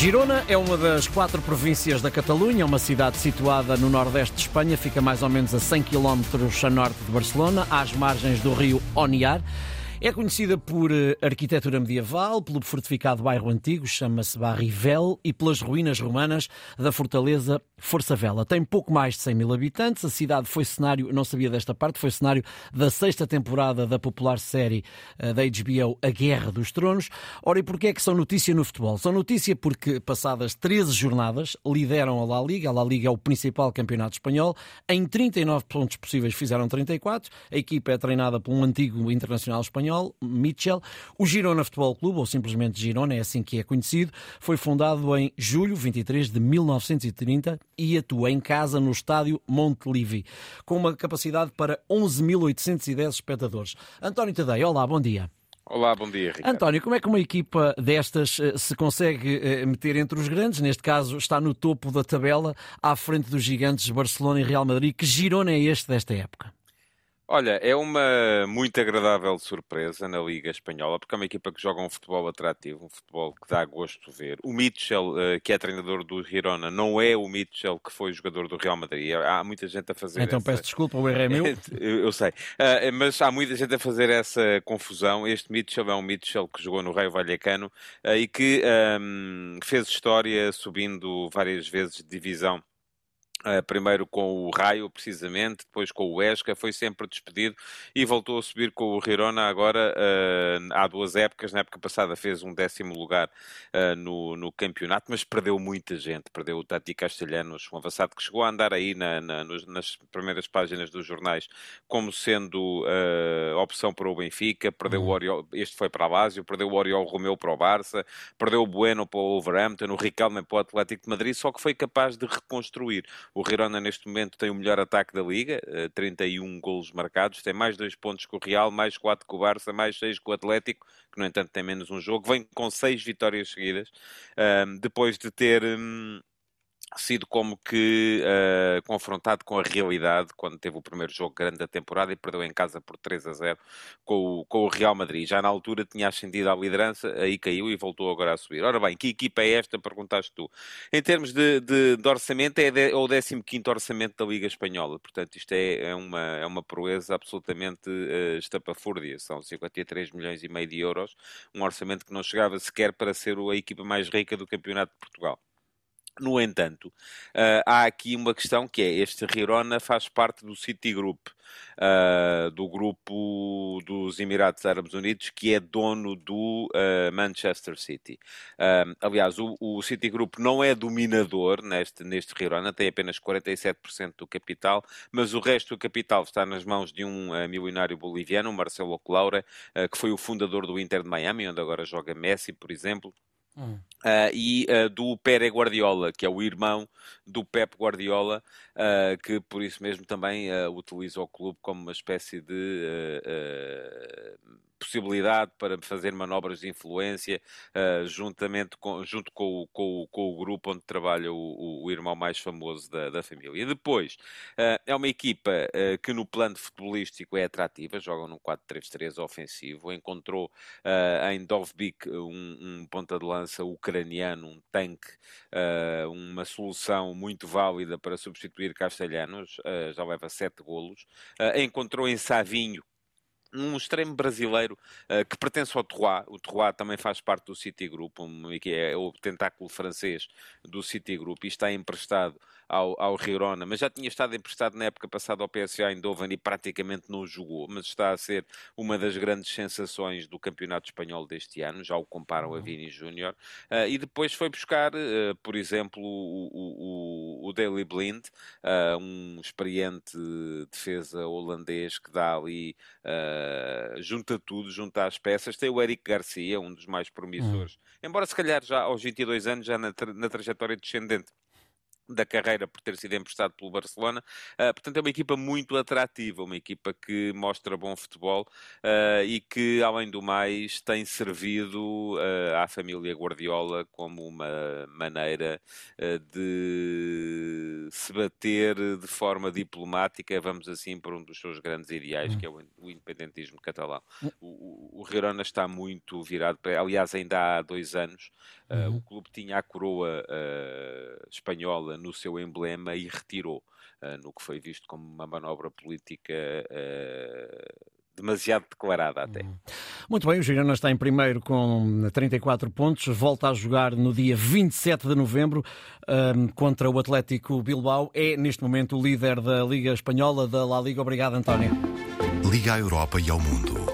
Girona é uma das 4 províncias da Catalunha, uma cidade situada no nordeste de Espanha, fica mais ou menos a 100 km a norte de Barcelona, às margens do rio Oniar. É conhecida por arquitetura medieval, pelo fortificado bairro antigo, chama-se Barrivel, e pelas ruínas romanas da fortaleza Força Vela. Tem pouco mais de 100 mil habitantes. A cidade foi cenário, não sabia desta parte, foi cenário da 6ª temporada da popular série da HBO A Guerra dos Tronos. Ora, e porquê é que são notícia no futebol? São notícia porque, passadas 13 jornadas, lideram a La Liga. A La Liga é o principal campeonato espanhol. Em 39 pontos possíveis fizeram 34. A equipa é treinada por um antigo internacional espanhol, Mitchell. O Girona Futebol Clube, ou simplesmente Girona, é assim que é conhecido, foi fundado em julho 23 de 1930 e atua em casa no estádio Montilivi, com uma capacidade para 11.810 espectadores. António Taddei, olá, bom dia. Olá, bom dia, Ricardo. António, como é que uma equipa destas se consegue meter entre os grandes? Neste caso, está no topo da tabela, à frente dos gigantes Barcelona e Real Madrid. Que Girona é este desta época? Olha, é uma muito agradável surpresa na Liga Espanhola, porque é uma equipa que joga um futebol atrativo, um futebol que dá gosto de ver. O Mitchell, que é treinador do Girona, não é o Mitchell que foi jogador do Real Madrid. Há muita gente a fazer Então peço desculpa, o erro é meu. Eu sei. Mas há muita gente a fazer essa confusão. Este Mitchell é um Mitchell que jogou no Raio Vallecano e que fez história subindo várias vezes de divisão. Primeiro com o Raio, precisamente, depois com o Huesca, foi sempre despedido e voltou a subir com o Girona agora há 2 épocas. Na época passada fez um 10º lugar no campeonato, mas perdeu muita gente. Perdeu o Tati Castellanos, um avançado que chegou a andar aí nas primeiras páginas dos jornais como sendo opção para o Benfica. Perdeu o Oriol, este foi para a Lazio, perdeu o Oriol Romeu para o Barça, perdeu o Bueno para o Wolverhampton, o Riquelme para o Atlético de Madrid, só que foi capaz de reconstruir. O Girona neste momento tem o melhor ataque da Liga, 31 golos marcados, tem mais 2 pontos que o Real, mais 4 que o Barça, mais 6 que o Atlético, que no entanto tem menos um jogo, vem com 6 vitórias seguidas, depois de ter sido como que confrontado com a realidade quando teve o primeiro jogo grande da temporada e perdeu em casa por 3-0 com o Real Madrid. Já na altura tinha ascendido à liderança, aí caiu e voltou agora a subir. Ora bem, que equipa é esta? Perguntaste tu. Em termos de orçamento, é o 15º orçamento da Liga Espanhola. Portanto, isto é uma proeza absolutamente estapafúrdia. São 53 milhões e meio de euros, um orçamento que não chegava sequer para ser a equipa mais rica do Campeonato de Portugal. No entanto, há aqui uma questão que é, este Girona faz parte do Citigroup, do grupo dos Emirados Árabes Unidos, que é dono do Manchester City. Aliás, o Citigroup não é dominador neste Girona, tem apenas 47% do capital, mas o resto do capital está nas mãos de um milionário boliviano, o Marcelo Claure, que foi o fundador do Inter de Miami, onde agora joga Messi, por exemplo. E do Pere Guardiola, que é o irmão do Pep Guardiola, que por isso mesmo também utiliza o clube como uma espécie de possibilidade para fazer manobras de influência junto com o grupo onde trabalha o irmão mais famoso da família. E depois, é uma equipa que no plano futebolístico é atrativa, joga num 4-3-3 ofensivo, encontrou em Dovbyk um ponta de lança ucraniano, um tanque, uma solução muito válida para substituir Castellanos, já leva 7 golos, encontrou em Savinho um extremo brasileiro que pertence ao Troyes. O Troyes também faz parte do Citigroup, que é o tentáculo francês do Citigroup, e está emprestado ao Girona, mas já tinha estado emprestado na época passada ao PSV Eindhoven e praticamente não jogou, mas está a ser uma das grandes sensações do campeonato espanhol deste ano, já o comparam a Vini Júnior, e depois foi buscar, por exemplo, o Daley Blind, um experiente defesa holandês que dá ali junta tudo, junta as peças. Tem o Eric Garcia, um dos mais promissores, embora se calhar já aos 22 anos, já na trajetória descendente da carreira por ter sido emprestado pelo Barcelona. Portanto, é uma equipa muito atrativa, uma equipa que mostra bom futebol e que, além do mais, tem servido à família Guardiola como uma maneira de se bater de forma diplomática, vamos assim, por um dos seus grandes ideais, que é o independentismo catalão. O Girona está muito virado para... Aliás, ainda há 2 anos, O clube tinha a coroa espanhola no seu emblema e retirou, no que foi visto como uma manobra política demasiado declarada até. Muito bem, o Girona está em primeiro com 34 pontos, volta a jogar no dia 27 de novembro contra o Atlético Bilbao. É neste momento o líder da Liga Espanhola, da La Liga. Obrigado, António. Liga à Europa e ao mundo.